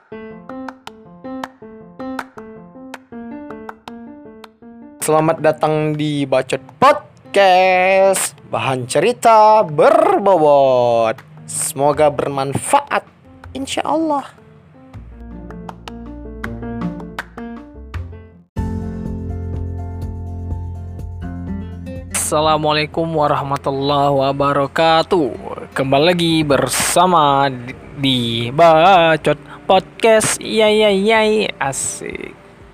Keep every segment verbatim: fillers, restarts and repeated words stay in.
Selamat datang di Bacot Podcast, bahan cerita berbobot. Semoga bermanfaat, insya Allah. Assalamualaikum warahmatullahi wabarakatuh. Kembali lagi bersama di, di Bacot Podcast. Yai yai yai, asik.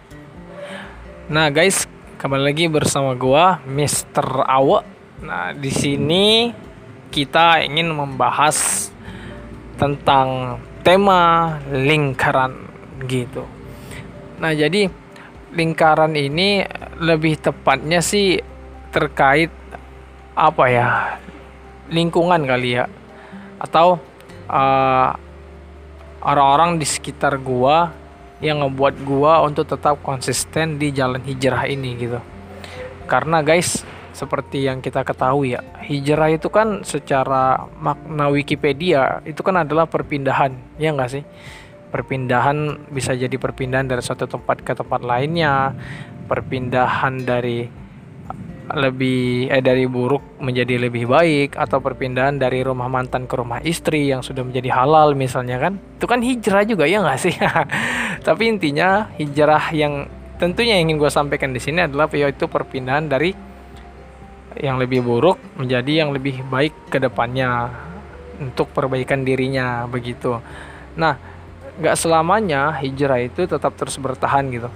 Nah guys, kembali lagi bersama gua mister Awe. Nah, di sini kita ingin membahas tentang tema lingkaran gitu. Nah, jadi lingkaran ini lebih tepatnya sih terkait apa ya? Lingkungan kali ya. Atau uh, orang-orang di sekitar gua yang ngebuat gua untuk tetap konsisten di jalan hijrah ini gitu. Karena guys, seperti yang kita ketahui ya, hijrah itu kan secara makna Wikipedia itu kan adalah perpindahan, ya enggak sih? Perpindahan bisa jadi perpindahan dari suatu tempat ke tempat lainnya, perpindahan dari lebih eh dari buruk menjadi lebih baik, atau perpindahan dari rumah mantan ke rumah istri yang sudah menjadi halal misalnya kan. Itu kan hijrah juga, ya enggak sih? Tapi intinya hijrah yang tentunya yang ingin gue sampaikan di sini adalah yaitu perpindahan dari yang lebih buruk menjadi yang lebih baik ke depannya untuk perbaikan dirinya begitu. Nah, nggak selamanya hijrah itu tetap terus bertahan gitu.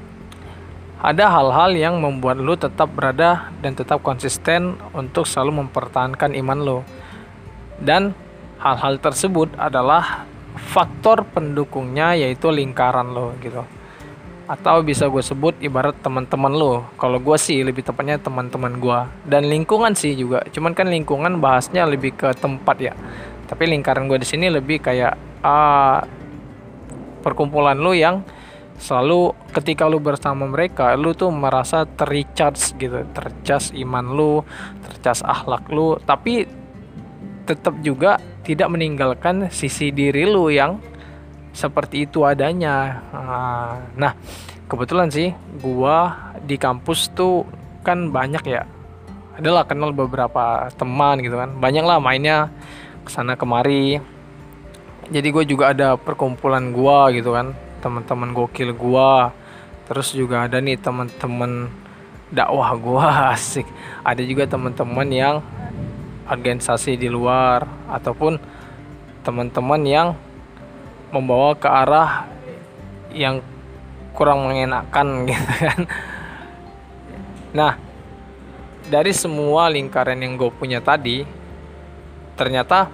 Ada hal-hal yang membuat lu tetap berada dan tetap konsisten untuk selalu mempertahankan iman lu. Dan hal-hal tersebut adalah faktor pendukungnya, yaitu lingkaran lo gitu. Atau bisa gue sebut ibarat teman-teman lo. Kalau gue sih lebih tepatnya teman-teman gue. Dan lingkungan sih juga. Cuman kan lingkungan bahasnya lebih ke tempat ya. Tapi lingkaran gue di sini lebih kayak uh, perkumpulan lo yang selalu ketika lu bersama mereka, lu tuh merasa tercharge gitu, tercharge iman lu, tercharge akhlak lu, tapi tetap juga tidak meninggalkan sisi diri lu yang seperti itu adanya. Nah, kebetulan sih gua di kampus tuh kan banyak ya, adalah kenal beberapa teman gitu kan, banyak lah mainnya kesana kemari. Jadi gue juga ada perkumpulan gua gitu kan, teman-teman gokil gua, terus juga ada nih teman-teman dakwah gua, asik. Ada juga teman-teman yang organisasi di luar, ataupun teman-teman yang membawa ke arah yang kurang mengenakan gitu kan. Nah, dari semua lingkaran yang gue punya tadi, ternyata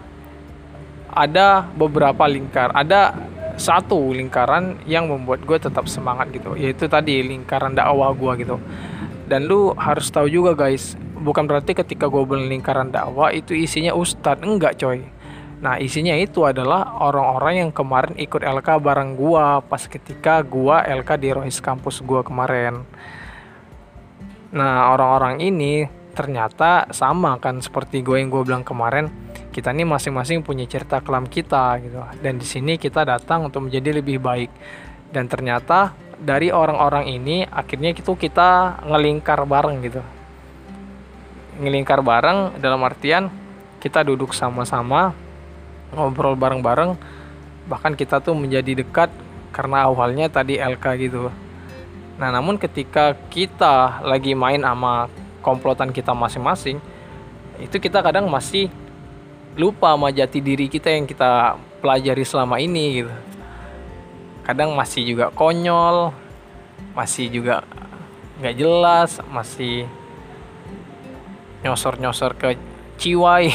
ada beberapa lingkar, ada satu lingkaran yang membuat gue tetap semangat gitu, yaitu tadi lingkaran dakwah gue gitu. Dan lu harus tahu juga guys, bukan berarti ketika gue bilang lingkaran dakwah itu isinya ustadz, enggak coy. Nah, isinya itu adalah orang-orang yang kemarin ikut L K bareng gue pas ketika gue L K di Rohis kampus gue kemarin. Nah, orang-orang ini ternyata sama kan seperti gue yang gue bilang kemarin. Kita nih masing-masing punya cerita kelam kita gitu. Dan di sini kita datang untuk menjadi lebih baik. Dan ternyata dari orang-orang ini akhirnya itu kita ngelingkar bareng gitu. Ngelingkar bareng dalam artian kita duduk sama-sama, ngobrol bareng-bareng. Bahkan kita tuh menjadi dekat karena awalnya tadi L K gitu. Nah, namun ketika kita lagi main sama komplotan kita masing-masing, itu kita kadang masih lupa sama jati diri kita yang kita pelajari selama ini gitu. Kadang masih juga konyol, masih juga nggak jelas, masih nyosor-nyosor ke ciwai.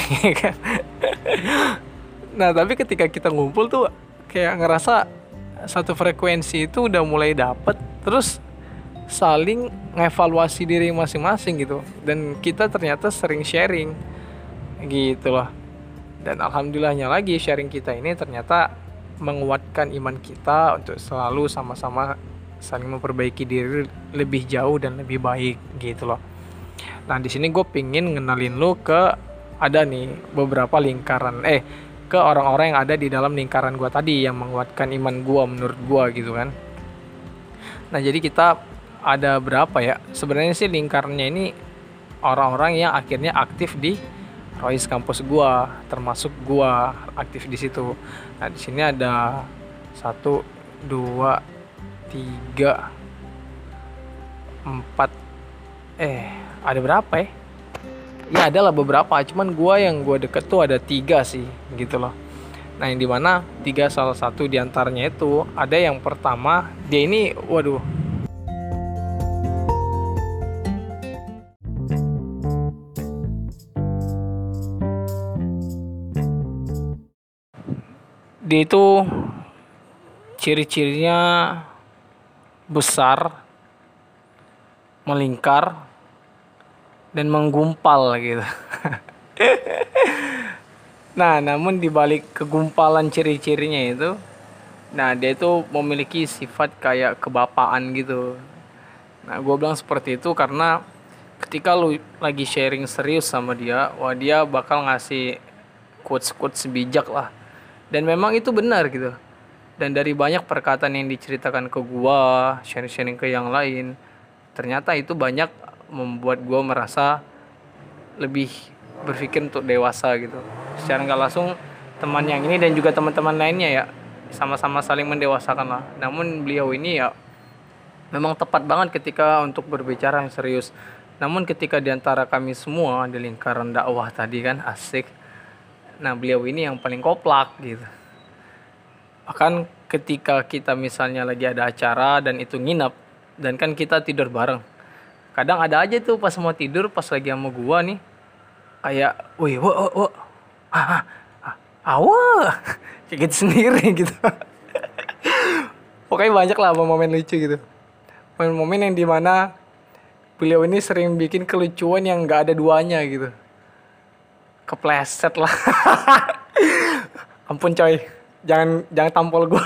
Nah, tapi ketika kita ngumpul tuh kayak ngerasa satu frekuensi itu udah mulai dapet, terus saling ngevaluasi diri masing-masing gitu. Dan kita ternyata sering sharing gitu loh. Dan alhamdulillahnya lagi sharing kita ini ternyata menguatkan iman kita untuk selalu sama-sama saling memperbaiki diri lebih jauh dan lebih baik gitu loh. Nah, di sini gue pingin ngenalin lu ke ada nih beberapa lingkaran eh ke orang-orang yang ada di dalam lingkaran gue tadi yang menguatkan iman gue menurut gue gitu kan. Nah jadi kita ada berapa ya sebenarnya sih lingkarannya ini, orang-orang yang akhirnya aktif di Royce kampus gua, termasuk gua aktif di situ. Nah di sini ada satu, dua, tiga, empat, eh ada berapa ya? Ya ada lah beberapa, cuman gua yang gua deket tuh ada tiga sih gitu loh. Nah yang dimana tiga salah satu diantaranya itu ada yang pertama dia ini, waduh. Dia itu ciri-cirinya besar, melingkar, dan menggumpal gitu. Nah, namun dibalik kegumpalan ciri-cirinya itu, nah dia itu memiliki sifat kayak kebapaan gitu. Nah, gue bilang seperti itu karena ketika lu lagi sharing serius sama dia, wah dia bakal ngasih quotes-quotes bijak lah. Dan memang itu benar gitu. Dan dari banyak perkataan yang diceritakan ke gua, sharing-sharing ke yang lain, ternyata itu banyak membuat gua merasa lebih berpikir untuk dewasa gitu. Secara nggak langsung teman yang ini dan juga teman-teman lainnya ya sama-sama saling mendewasakan lah. Namun beliau ini ya memang tepat banget ketika untuk berbicara yang serius. Namun ketika diantara kami semua di lingkaran dakwah tadi kan asik. Nah beliau ini yang paling koplak gitu. Bahkan ketika kita misalnya lagi ada acara dan itu nginep, dan kan kita tidur bareng, kadang ada aja tuh pas mau tidur pas lagi sama gua nih kayak wih wah wah wah ah ah awah kayak gitu sendiri gitu. Pokoknya banyak lah momen lucu gitu, momen-momen yang dimana beliau ini sering bikin kelucuan yang nggak ada duanya gitu. Kepleset lah. Ampun coy, jangan jangan tampol gua.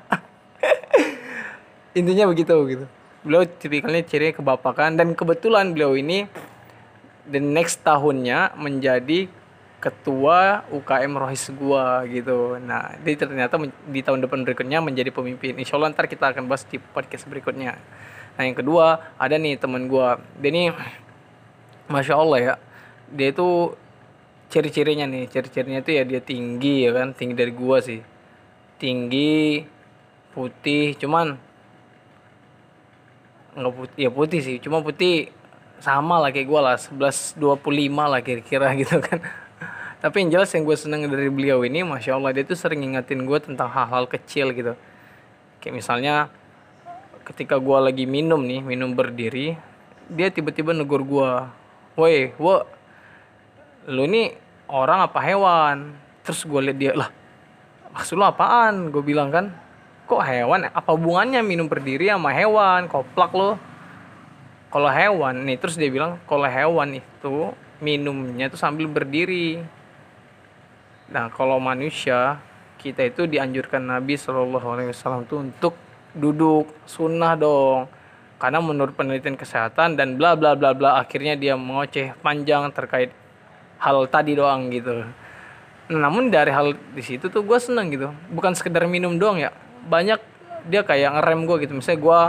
Intinya begitu gitu. Beliau tipikalnya cirinya kebapakan, dan kebetulan beliau ini the next tahunnya menjadi ketua U K M Rohis gua gitu. Nah dia ternyata di tahun depan berikutnya menjadi pemimpin. Insya Allah ntar kita akan bahas di podcast berikutnya. Nah yang kedua ada nih teman gua, dia nih masya Allah ya, dia itu ciri-cirinya nih, ciri-cirinya itu ya dia tinggi ya kan, tinggi dari gua sih, tinggi, putih, cuman nggak putih ya putih sih, cuma putih sama lah kayak gua lah, sebelas dua puluh lima lah kira-kira gitu kan. Tapi yang jelas yang gue seneng dari beliau ini, masya Allah dia tuh sering ngingetin gue tentang hal-hal kecil gitu. Kayak misalnya ketika gua lagi minum nih, minum berdiri, dia tiba-tiba negur gua, woi, wo, lu nih orang apa hewan? Terus gue liat dia, lah maksud lu apaan? Gue bilang kan, kok hewan? Apa hubungannya minum berdiri sama hewan? Koplak lu. Kalau hewan nih, terus dia bilang kalau hewan itu minumnya itu sambil berdiri. Nah kalau manusia, kita itu dianjurkan Nabi Shallallahu Alaihi Wasallam tuh untuk duduk, sunnah dong. Karena menurut penelitian kesehatan dan bla bla bla bla, akhirnya dia mengoceh panjang terkait hal tadi doang gitu. Namun dari hal di situ tuh gue seneng gitu, bukan sekedar minum doang ya, banyak dia kayak ngerem gue gitu. Misalnya gue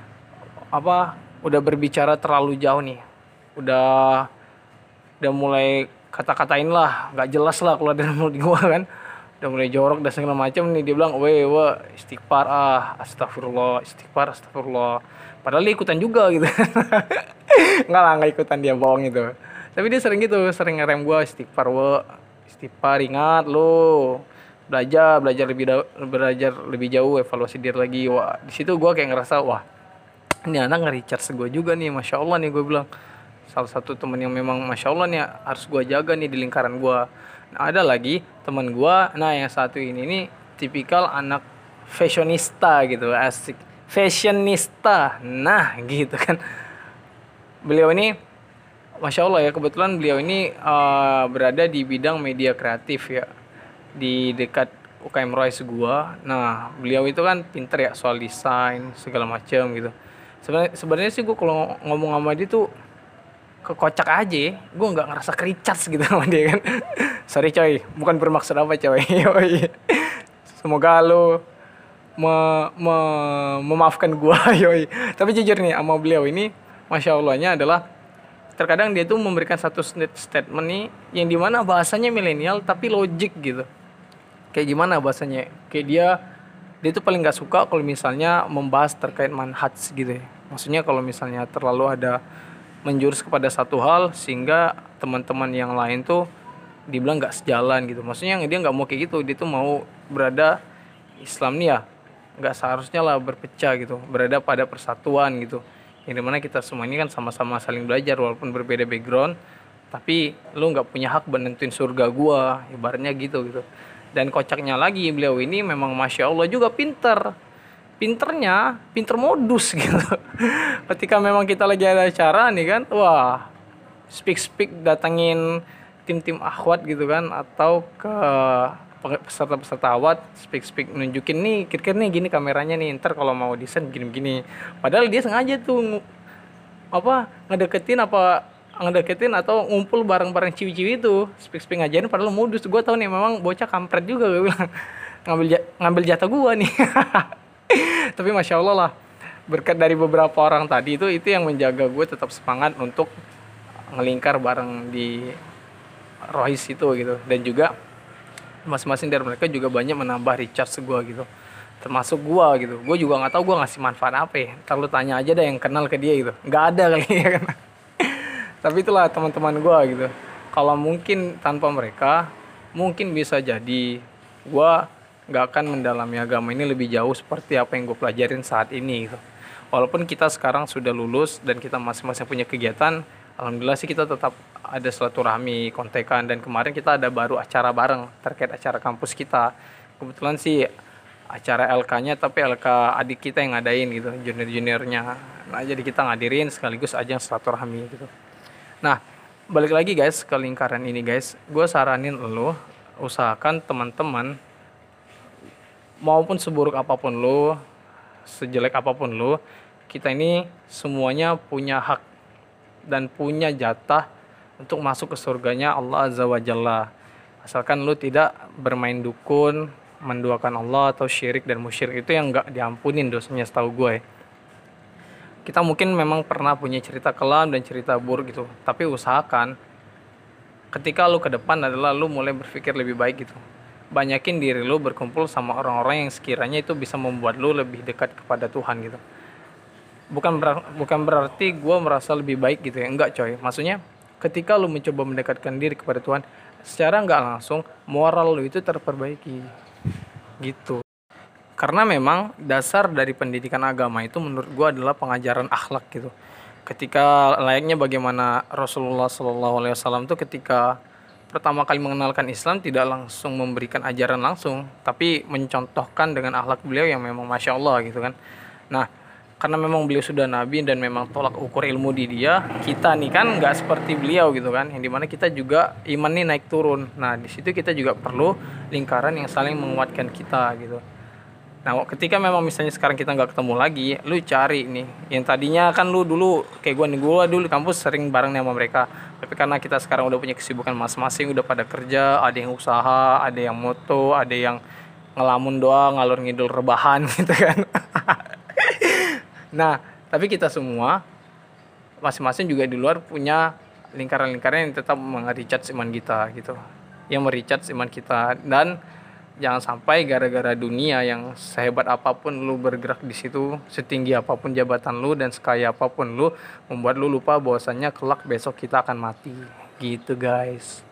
apa udah berbicara terlalu jauh nih, udah udah mulai kata-katain lah nggak jelas lah kalau dari mulut gue kan, udah mulai jorok dan segala macam nih, dia bilang weh weh istighfar, ah astagfirullah istighfar astagfirullah, padahal dia ikutan juga gitu. Nggak lah, nggak ikutan, dia bohong itu. Tapi dia sering gitu, sering ngerem gue, istighfar wo, istighfar, ingat lo, belajar, belajar lebih da- belajar lebih jauh, evaluasi diri lagi. Wah, di situ gue kayak ngerasa, wah, ini anak nge-recharge gue juga nih, masya Allah nih, gue bilang. Salah satu teman yang memang masya Allah nih harus gue jaga nih di lingkaran gue. Nah, ada lagi teman gue, nah yang satu ini nih tipikal anak fashionista gitu, asik, fashionista, nah gitu kan. Beliau ini masya Allah ya, kebetulan beliau ini uh, berada di bidang media kreatif ya, di dekat U K M Royce gua. Nah beliau itu kan pinter ya soal desain segala macam gitu. Sebenarnya sebenarnya sih gua kalau ngomong sama dia tuh kekocak aja, gue nggak ngerasa kericas gitu sama dia kan. Sorry coy, bukan bermaksud apa coy. Yoi. Semoga lo me, me, memaafkan gue. Yoi. Tapi jujur nih sama beliau ini, masya Allahnya adalah terkadang dia tuh memberikan satu statement nih yang dimana bahasanya milenial tapi logik gitu. Kayak gimana bahasanya? Kayak dia dia tuh paling nggak suka kalau misalnya membahas terkait manhaj gitu ya. Maksudnya kalau misalnya terlalu ada menjurus kepada satu hal sehingga teman-teman yang lain tuh dibilang nggak sejalan gitu. Maksudnya dia nggak mau kayak gitu, dia tuh mau berada Islam nih ya nggak seharusnya lah berpecah gitu, berada pada persatuan gitu. Yang dimana kita semua ini kan sama-sama saling belajar walaupun berbeda background, tapi lu nggak punya hak menentuin surga gua, ibaratnya gitu gitu. Dan kocaknya lagi beliau ini memang masya Allah juga pinter. Pinternya, pinter modus gitu. Ketika memang kita lagi ada acara nih kan, wah, speak-speak datangin tim-tim akhwat gitu kan, atau ke peserta-peserta awat, speak-speak nunjukin nih, kira-kira nih gini kameranya nih, ntar kalau mau desain begini-begini. Padahal dia sengaja tuh apa ngedeketin apa ngedeketin atau ngumpul bareng-bareng ciwi-ciwi itu, speak-speak ngajarin padahal modus. Gue tau nih memang bocah kampret juga, gue bilang ngambil ngambil jatah gue nih. Tapi masya Allah lah, berkat dari beberapa orang tadi itu itu yang menjaga gue tetap semangat untuk ngelingkar bareng di Rohis itu gitu. Dan juga masing-masing dari mereka juga banyak menambah recharge gue gitu, termasuk gue gitu. Gue juga nggak tahu gue ngasih manfaat apa ya, ntar lu tanya aja deh yang kenal ke dia gitu, nggak ada kali ya kan. Tapi itulah teman-teman gue gitu, kalau mungkin tanpa mereka mungkin bisa jadi gue nggak akan mendalami agama ini lebih jauh seperti apa yang gue pelajarin saat ini gitu. Walaupun kita sekarang sudah lulus dan kita masing-masing punya kegiatan, alhamdulillah sih kita tetap ada silaturahmi, kontekan, dan kemarin kita ada baru acara bareng terkait acara kampus kita. Kebetulan sih acara L K-nya tapi L K adik kita yang ngadain gitu, junior-juniornya. Nah, jadi kita ngadirin sekaligus ajang silaturahmi gitu. Nah, balik lagi guys ke lingkaran ini guys, gue saranin lo usahakan teman-teman maupun seburuk apapun lo, sejelek apapun lo, kita ini semuanya punya hak dan punya jatah untuk masuk ke surganya Allah Azza wa Jalla. Asalkan lo tidak bermain dukun, menduakan Allah atau syirik dan musyrik, itu yang gak diampunin dosanya setahu gue. Kita mungkin memang pernah punya cerita kelam dan cerita buruk gitu, tapi usahakan ketika lo ke depan adalah lo mulai berpikir lebih baik gitu. Banyakin diri lo berkumpul sama orang-orang yang sekiranya itu bisa membuat lo lebih dekat kepada Tuhan gitu. Bukan ber, bukan berarti gue merasa lebih baik gitu ya, enggak coy. Maksudnya ketika lo mencoba mendekatkan diri kepada Tuhan, secara enggak langsung moral lo itu terperbaiki gitu. Karena memang dasar dari pendidikan agama itu menurut gue adalah pengajaran akhlak gitu. Ketika layaknya bagaimana Rasulullah Shallallahu Alaihi Wasallam tuh ketika pertama kali mengenalkan Islam tidak langsung memberikan ajaran langsung, tapi mencontohkan dengan akhlak beliau yang memang masya Allah gitu kan. Nah, karena memang beliau sudah nabi dan memang tolak ukur ilmu di dia, kita nih kan nggak seperti beliau gitu kan, yang dimana kita juga iman nih naik turun. Nah, di situ kita juga perlu lingkaran yang saling menguatkan kita gitu. Nah, ketika memang misalnya sekarang kita nggak ketemu lagi, lu cari nih, yang tadinya kan lu dulu kayak gue nih, gue dulu di kampus sering bareng sama mereka, tapi karena kita sekarang udah punya kesibukan masing-masing, udah pada kerja, ada yang usaha, ada yang moto, ada yang ngelamun doang, ngalur ngidul rebahan gitu kan. Nah, tapi kita semua masing-masing juga di luar punya lingkaran-lingkaran yang tetap meng-recharge iman kita gitu, yang mer-recharge iman kita. Dan jangan sampai gara-gara dunia yang sehebat apapun lu bergerak di situ, setinggi apapun jabatan lu dan sekaya apapun lu, membuat lu lupa bahwasannya kelak besok kita akan mati. Gitu guys.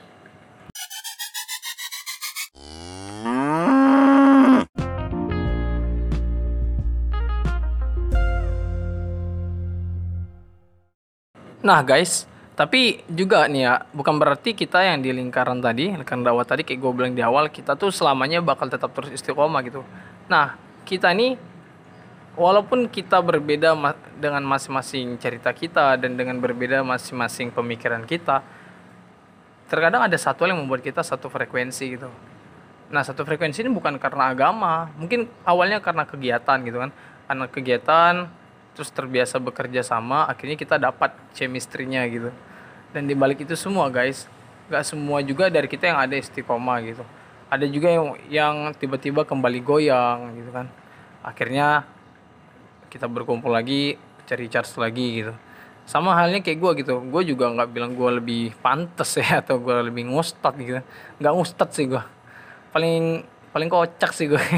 Nah guys, tapi juga nih ya, bukan berarti kita yang di lingkaran tadi, lingkaran dakwah tadi kayak gue bilang di awal, kita tuh selamanya bakal tetap terus istiqomah gitu. Nah, kita nih walaupun kita berbeda dengan masing-masing cerita kita dan dengan berbeda masing-masing pemikiran kita, terkadang ada satu hal yang membuat kita satu frekuensi gitu. Nah, satu frekuensi ini bukan karena agama, mungkin awalnya karena kegiatan gitu kan. Karena kegiatan, terus terbiasa bekerja sama, akhirnya kita dapat chemistry-nya gitu. Dan di balik itu semua guys, nggak semua juga dari kita yang ada istiqomah gitu. Ada juga yang yang tiba-tiba kembali goyang gitu kan. Akhirnya kita berkumpul lagi, cari charge lagi gitu. Sama halnya kayak gue gitu, gue juga nggak bilang gue lebih pantas ya atau gue lebih ngustad gitu. Nggak ngustad sih gue, paling paling kocak sih gue.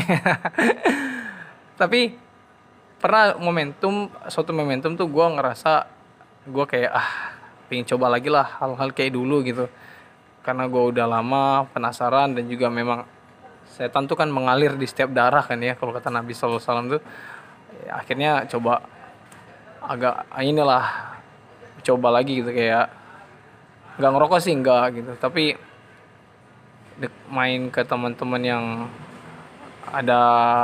Tapi pernah momentum, suatu momentum tuh gue ngerasa gue kayak ah pengen coba lagi lah hal-hal kayak dulu gitu, karena gue udah lama penasaran dan juga memang setan tuh kan mengalir di setiap darah kan ya kalau kata Nabi sallallahu alaihi wasallam tuh. Ya, akhirnya coba agak inilah coba lagi gitu, kayak nggak ngerokok sih enggak gitu, tapi main ke teman-teman yang ada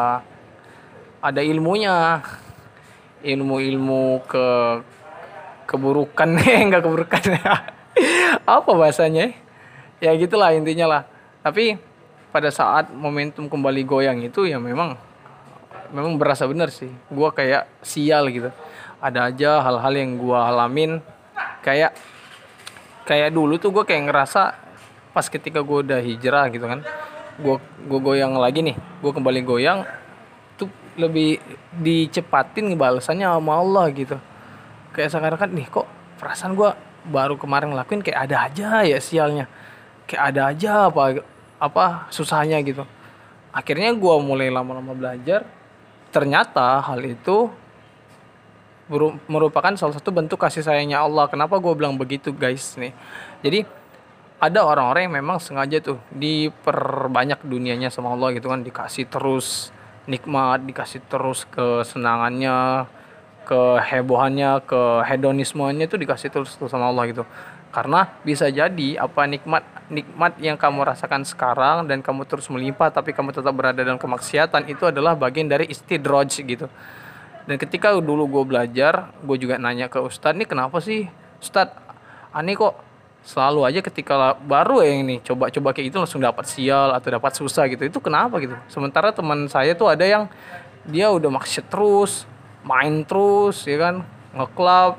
ada ilmunya, ilmu-ilmu ke keburukan. Enggak keburukan. Apa bahasanya ya gitulah intinya lah. Tapi pada saat momentum kembali goyang itu ya memang memang berasa bener sih, gue kayak sial gitu. Ada aja hal-hal yang gue alamin, kayak kayak dulu tuh gue kayak ngerasa pas ketika gue udah hijrah gitu kan, gue gue goyang lagi nih, gue kembali goyang tuh lebih dicepatin balasannya sama Allah gitu. Kayak sekarang kan nih, kok perasaan gue baru kemarin ngelakuin kayak ada aja ya sialnya, kayak ada aja apa apa susahnya gitu. Akhirnya gue mulai lama-lama belajar, ternyata hal itu merupakan salah satu bentuk kasih sayangnya Allah. Kenapa gue bilang begitu guys nih, jadi ada orang-orang yang memang sengaja tuh diperbanyak dunianya sama Allah gitu kan, dikasih terus nikmat, dikasih terus kesenangannya, kehebohannya, kehedonismenya itu dikasih terus tuh sama Allah gitu. Karena bisa jadi apa nikmat nikmat yang kamu rasakan sekarang dan kamu terus melimpah tapi kamu tetap berada dalam kemaksiatan, itu adalah bagian dari istidraj gitu. Dan ketika dulu gue belajar, gue juga nanya ke Ustadz, nih kenapa sih Ustadz, aneh kok selalu aja ketika baru ya ini coba-coba kayak itu langsung dapat sial atau dapat susah gitu, itu kenapa gitu. Sementara teman saya tuh ada yang dia udah maksiat terus, main terus ya kan, ngeklub,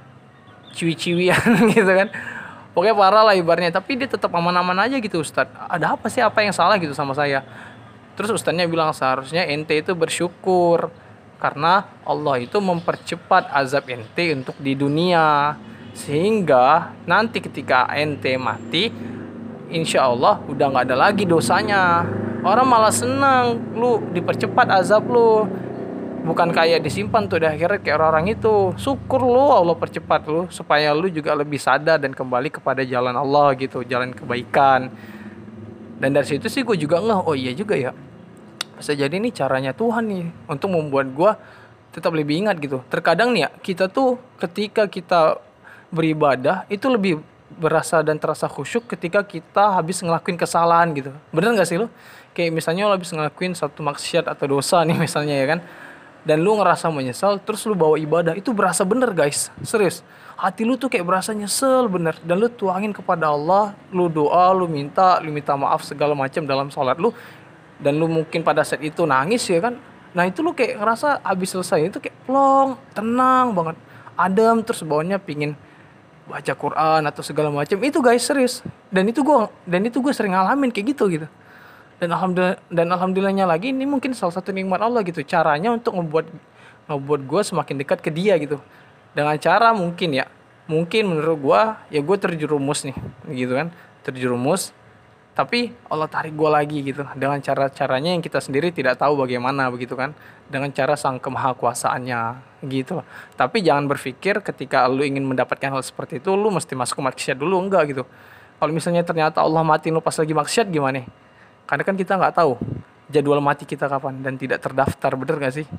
ciwi-ciwian gitu kan, pokoknya parah lah ibarnya, tapi dia tetap aman-aman aja gitu. Ustadz, ada apa sih, apa yang salah gitu sama saya? Terus Ustadznya bilang seharusnya ente itu bersyukur karena Allah itu mempercepat azab ente untuk di dunia, sehingga nanti ketika ente mati insya Allah udah gak ada lagi dosanya. Orang malah senang lu dipercepat azab lu, bukan kayak disimpan tuh di akhirat kayak orang-orang itu. Syukur lu Allah percepat lu supaya lu juga lebih sadar dan kembali kepada jalan Allah gitu, jalan kebaikan. Dan dari situ sih gue juga ngeh, oh iya juga ya, bisa jadi nih caranya Tuhan nih untuk membuat gue tetap lebih ingat gitu. Terkadang nih ya, kita tuh ketika kita beribadah itu lebih berasa dan terasa khusyuk ketika kita habis ngelakuin kesalahan gitu. Bener gak sih lo? Kayak misalnya lo habis ngelakuin satu maksiat atau dosa nih misalnya ya kan, dan lu ngerasa menyesal, terus lu bawa ibadah, itu berasa bener guys, serius. Hati lu tuh kayak berasa nyesel bener, dan lu tuangin kepada Allah, lu doa, lu minta, lu minta maaf segala macam dalam sholat lu, dan lu mungkin pada saat itu nangis ya kan. Nah itu lu kayak ngerasa abis selesai itu kayak plong, tenang banget, adem, terus bawahnya pingin baca Quran atau segala macam itu guys, serius. Dan itu gue dan itu gue sering ngalamin kayak gitu gitu. Dan alhamdulillah dan alhamdulillahnya lagi, ini mungkin salah satu nikmat Allah gitu, caranya untuk membuat ngebuat gue semakin dekat ke dia gitu. Dengan cara mungkin ya, mungkin menurut gue ya gue terjerumus nih gitu kan, terjerumus. Tapi Allah tarik gue lagi gitu dengan cara-caranya yang kita sendiri tidak tahu bagaimana begitu kan, dengan cara sang kemahakuasaannya gitu. Tapi jangan berpikir ketika lu ingin mendapatkan hal seperti itu lu mesti masuk maksiat dulu, enggak gitu. Kalau misalnya ternyata Allah matiin lu pas lagi maksiat gimana? Karena kan kita nggak tahu jadwal mati kita kapan dan tidak terdaftar, bener gak sih?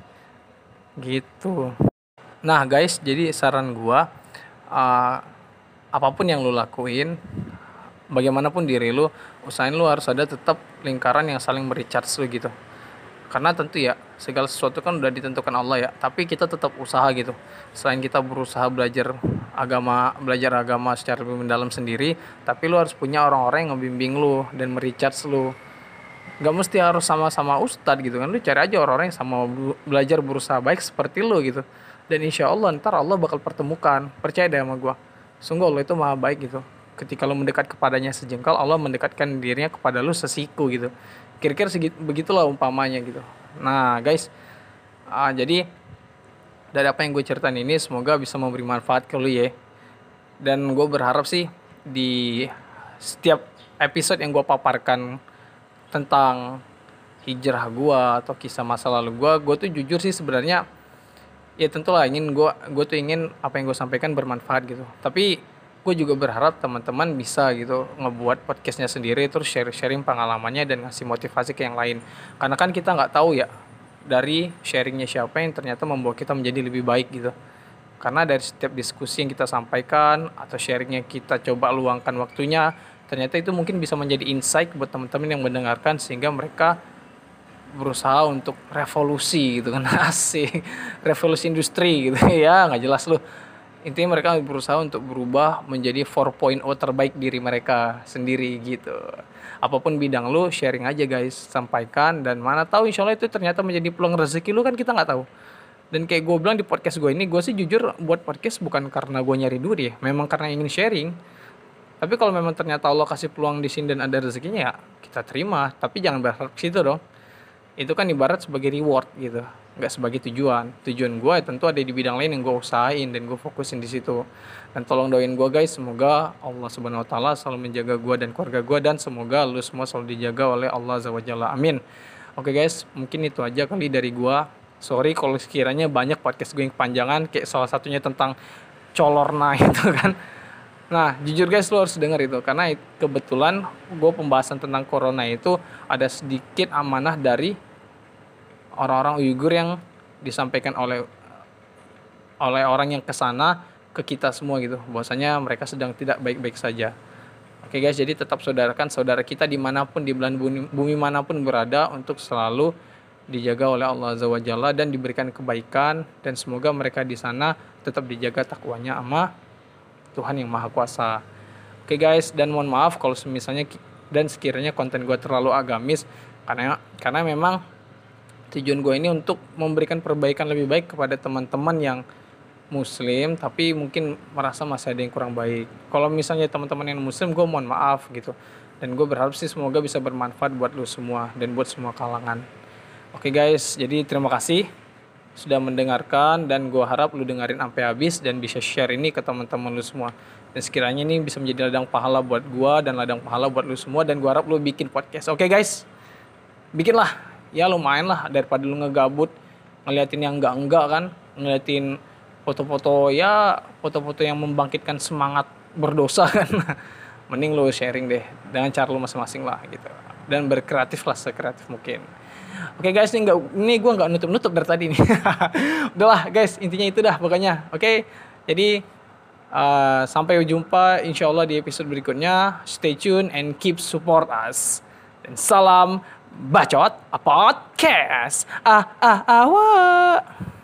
Gitu. Nah guys, jadi saran gue, uh, apapun yang lu lakuin, bagaimanapun diri lu, usahain lu harus ada tetap lingkaran yang saling merecharge lu gitu. Karena tentu ya segala sesuatu kan udah ditentukan Allah ya, tapi kita tetap usaha gitu. Selain kita berusaha belajar agama, belajar agama secara lebih mendalam sendiri, tapi lu harus punya orang-orang yang ngebimbing lu dan merecharge lu. Gak mesti harus sama-sama ustadz gitu kan, lu cari aja orang-orang yang sama belajar berusaha baik seperti lu gitu. Dan insya Allah ntar Allah bakal pertemukan. Percaya deh sama gue. Sungguh Allah itu maha baik gitu. Ketika lo mendekat kepadanya sejengkal, Allah mendekatkan dirinya kepada lo sesiku gitu. Kira-kira segitu, begitulah umpamanya gitu. Nah guys, uh, jadi dari apa yang gue ceritain ini semoga bisa memberi manfaat ke lo ya. Dan gue berharap sih di setiap episode yang gue paparkan tentang hijrah gue atau kisah masa lalu gue, gue tuh jujur sih sebenarnya ya tentulah ingin gue gue tuh ingin apa yang gue sampaikan bermanfaat gitu. Tapi gue juga berharap teman-teman bisa gitu ngebuat podcastnya sendiri, terus share-sharing pengalamannya dan ngasih motivasi ke yang lain. Karena kan kita nggak tahu ya dari sharingnya siapa yang ternyata membawa kita menjadi lebih baik gitu. Karena dari setiap diskusi yang kita sampaikan atau sharingnya kita coba luangkan waktunya, ternyata itu mungkin bisa menjadi insight buat teman-teman yang mendengarkan sehingga mereka berusaha untuk revolusi gitu kan. Asik, revolusi industri gitu ya, nggak jelas loh. Intinya mereka berusaha untuk berubah menjadi empat titik nol terbaik diri mereka sendiri gitu. Apapun bidang lu, sharing aja guys, sampaikan, dan mana tahu insya Allah itu ternyata menjadi peluang rezeki lu, kan kita nggak tahu. Dan kayak gue bilang di podcast gue ini, gue sih jujur buat podcast bukan karena gue nyari duit ya, memang karena ingin sharing. Tapi kalau memang ternyata Allah kasih peluang di sini dan ada rezekinya ya kita terima, tapi jangan berharap ke situ dong. Itu kan ibarat sebagai reward gitu, nggak sebagai tujuan. Tujuan gue ya tentu ada di bidang lain yang gue usahain dan gue fokusin di situ. Dan tolong doain gue guys, semoga Allah Subhanahu Wa Taala selalu menjaga gue dan keluarga gue, dan semoga lu semua selalu dijaga oleh Allah Azza wa Jalla. Amin. Oke guys, mungkin itu aja kali dari gue. Sorry kalau sekiranya banyak podcast gue yang kepanjangan, kayak salah satunya tentang colorna itu kan. Nah jujur guys, lo harus denger itu, karena kebetulan gue pembahasan tentang corona itu ada sedikit amanah dari orang-orang Uighur yang disampaikan oleh oleh orang yang kesana ke kita semua gitu, bahwasanya mereka sedang tidak baik-baik saja. Oke guys, jadi tetap saudarakan saudara kita dimanapun, di belahan bumi, bumi manapun berada, untuk selalu dijaga oleh Allah Azza wa Jalla dan diberikan kebaikan, dan semoga mereka di sana tetap dijaga takwanya sama Tuhan yang Maha Kuasa. Oke guys, dan mohon maaf kalau misalnya dan sekiranya konten gue terlalu agamis, karena karena memang tujuan gue ini untuk memberikan perbaikan lebih baik kepada teman-teman yang muslim tapi mungkin merasa masih ada yang kurang baik. Kalau misalnya teman-teman yang muslim, gue mohon maaf gitu. Dan gue berharap sih semoga bisa bermanfaat buat lu semua dan buat semua kalangan. Oke guys, jadi terima kasih sudah mendengarkan, dan gue harap lu dengerin sampai habis dan bisa share ini ke teman-teman lu semua. Dan sekiranya ini bisa menjadi ladang pahala buat gue dan ladang pahala buat lu semua, dan gue harap lu bikin podcast. Oke guys, bikinlah. Ya lumayan lah daripada lu ngegabut ngeliatin yang enggak-enggak kan, ngeliatin foto-foto ya foto-foto yang membangkitkan semangat berdosa kan. Mending lu sharing deh dengan cara lu masing-masing lah gitu, dan berkreatif lah sekreatif mungkin. Oke guys, ini enggak ini gue nggak nutup-nutup dari tadi nih. Udahlah guys, intinya itu dah pokoknya. Oke, jadi uh, sampai jumpa insyaallah di episode berikutnya. Stay tune and keep support us. Dan salam Bacot Podcast. Ah ah ah wah.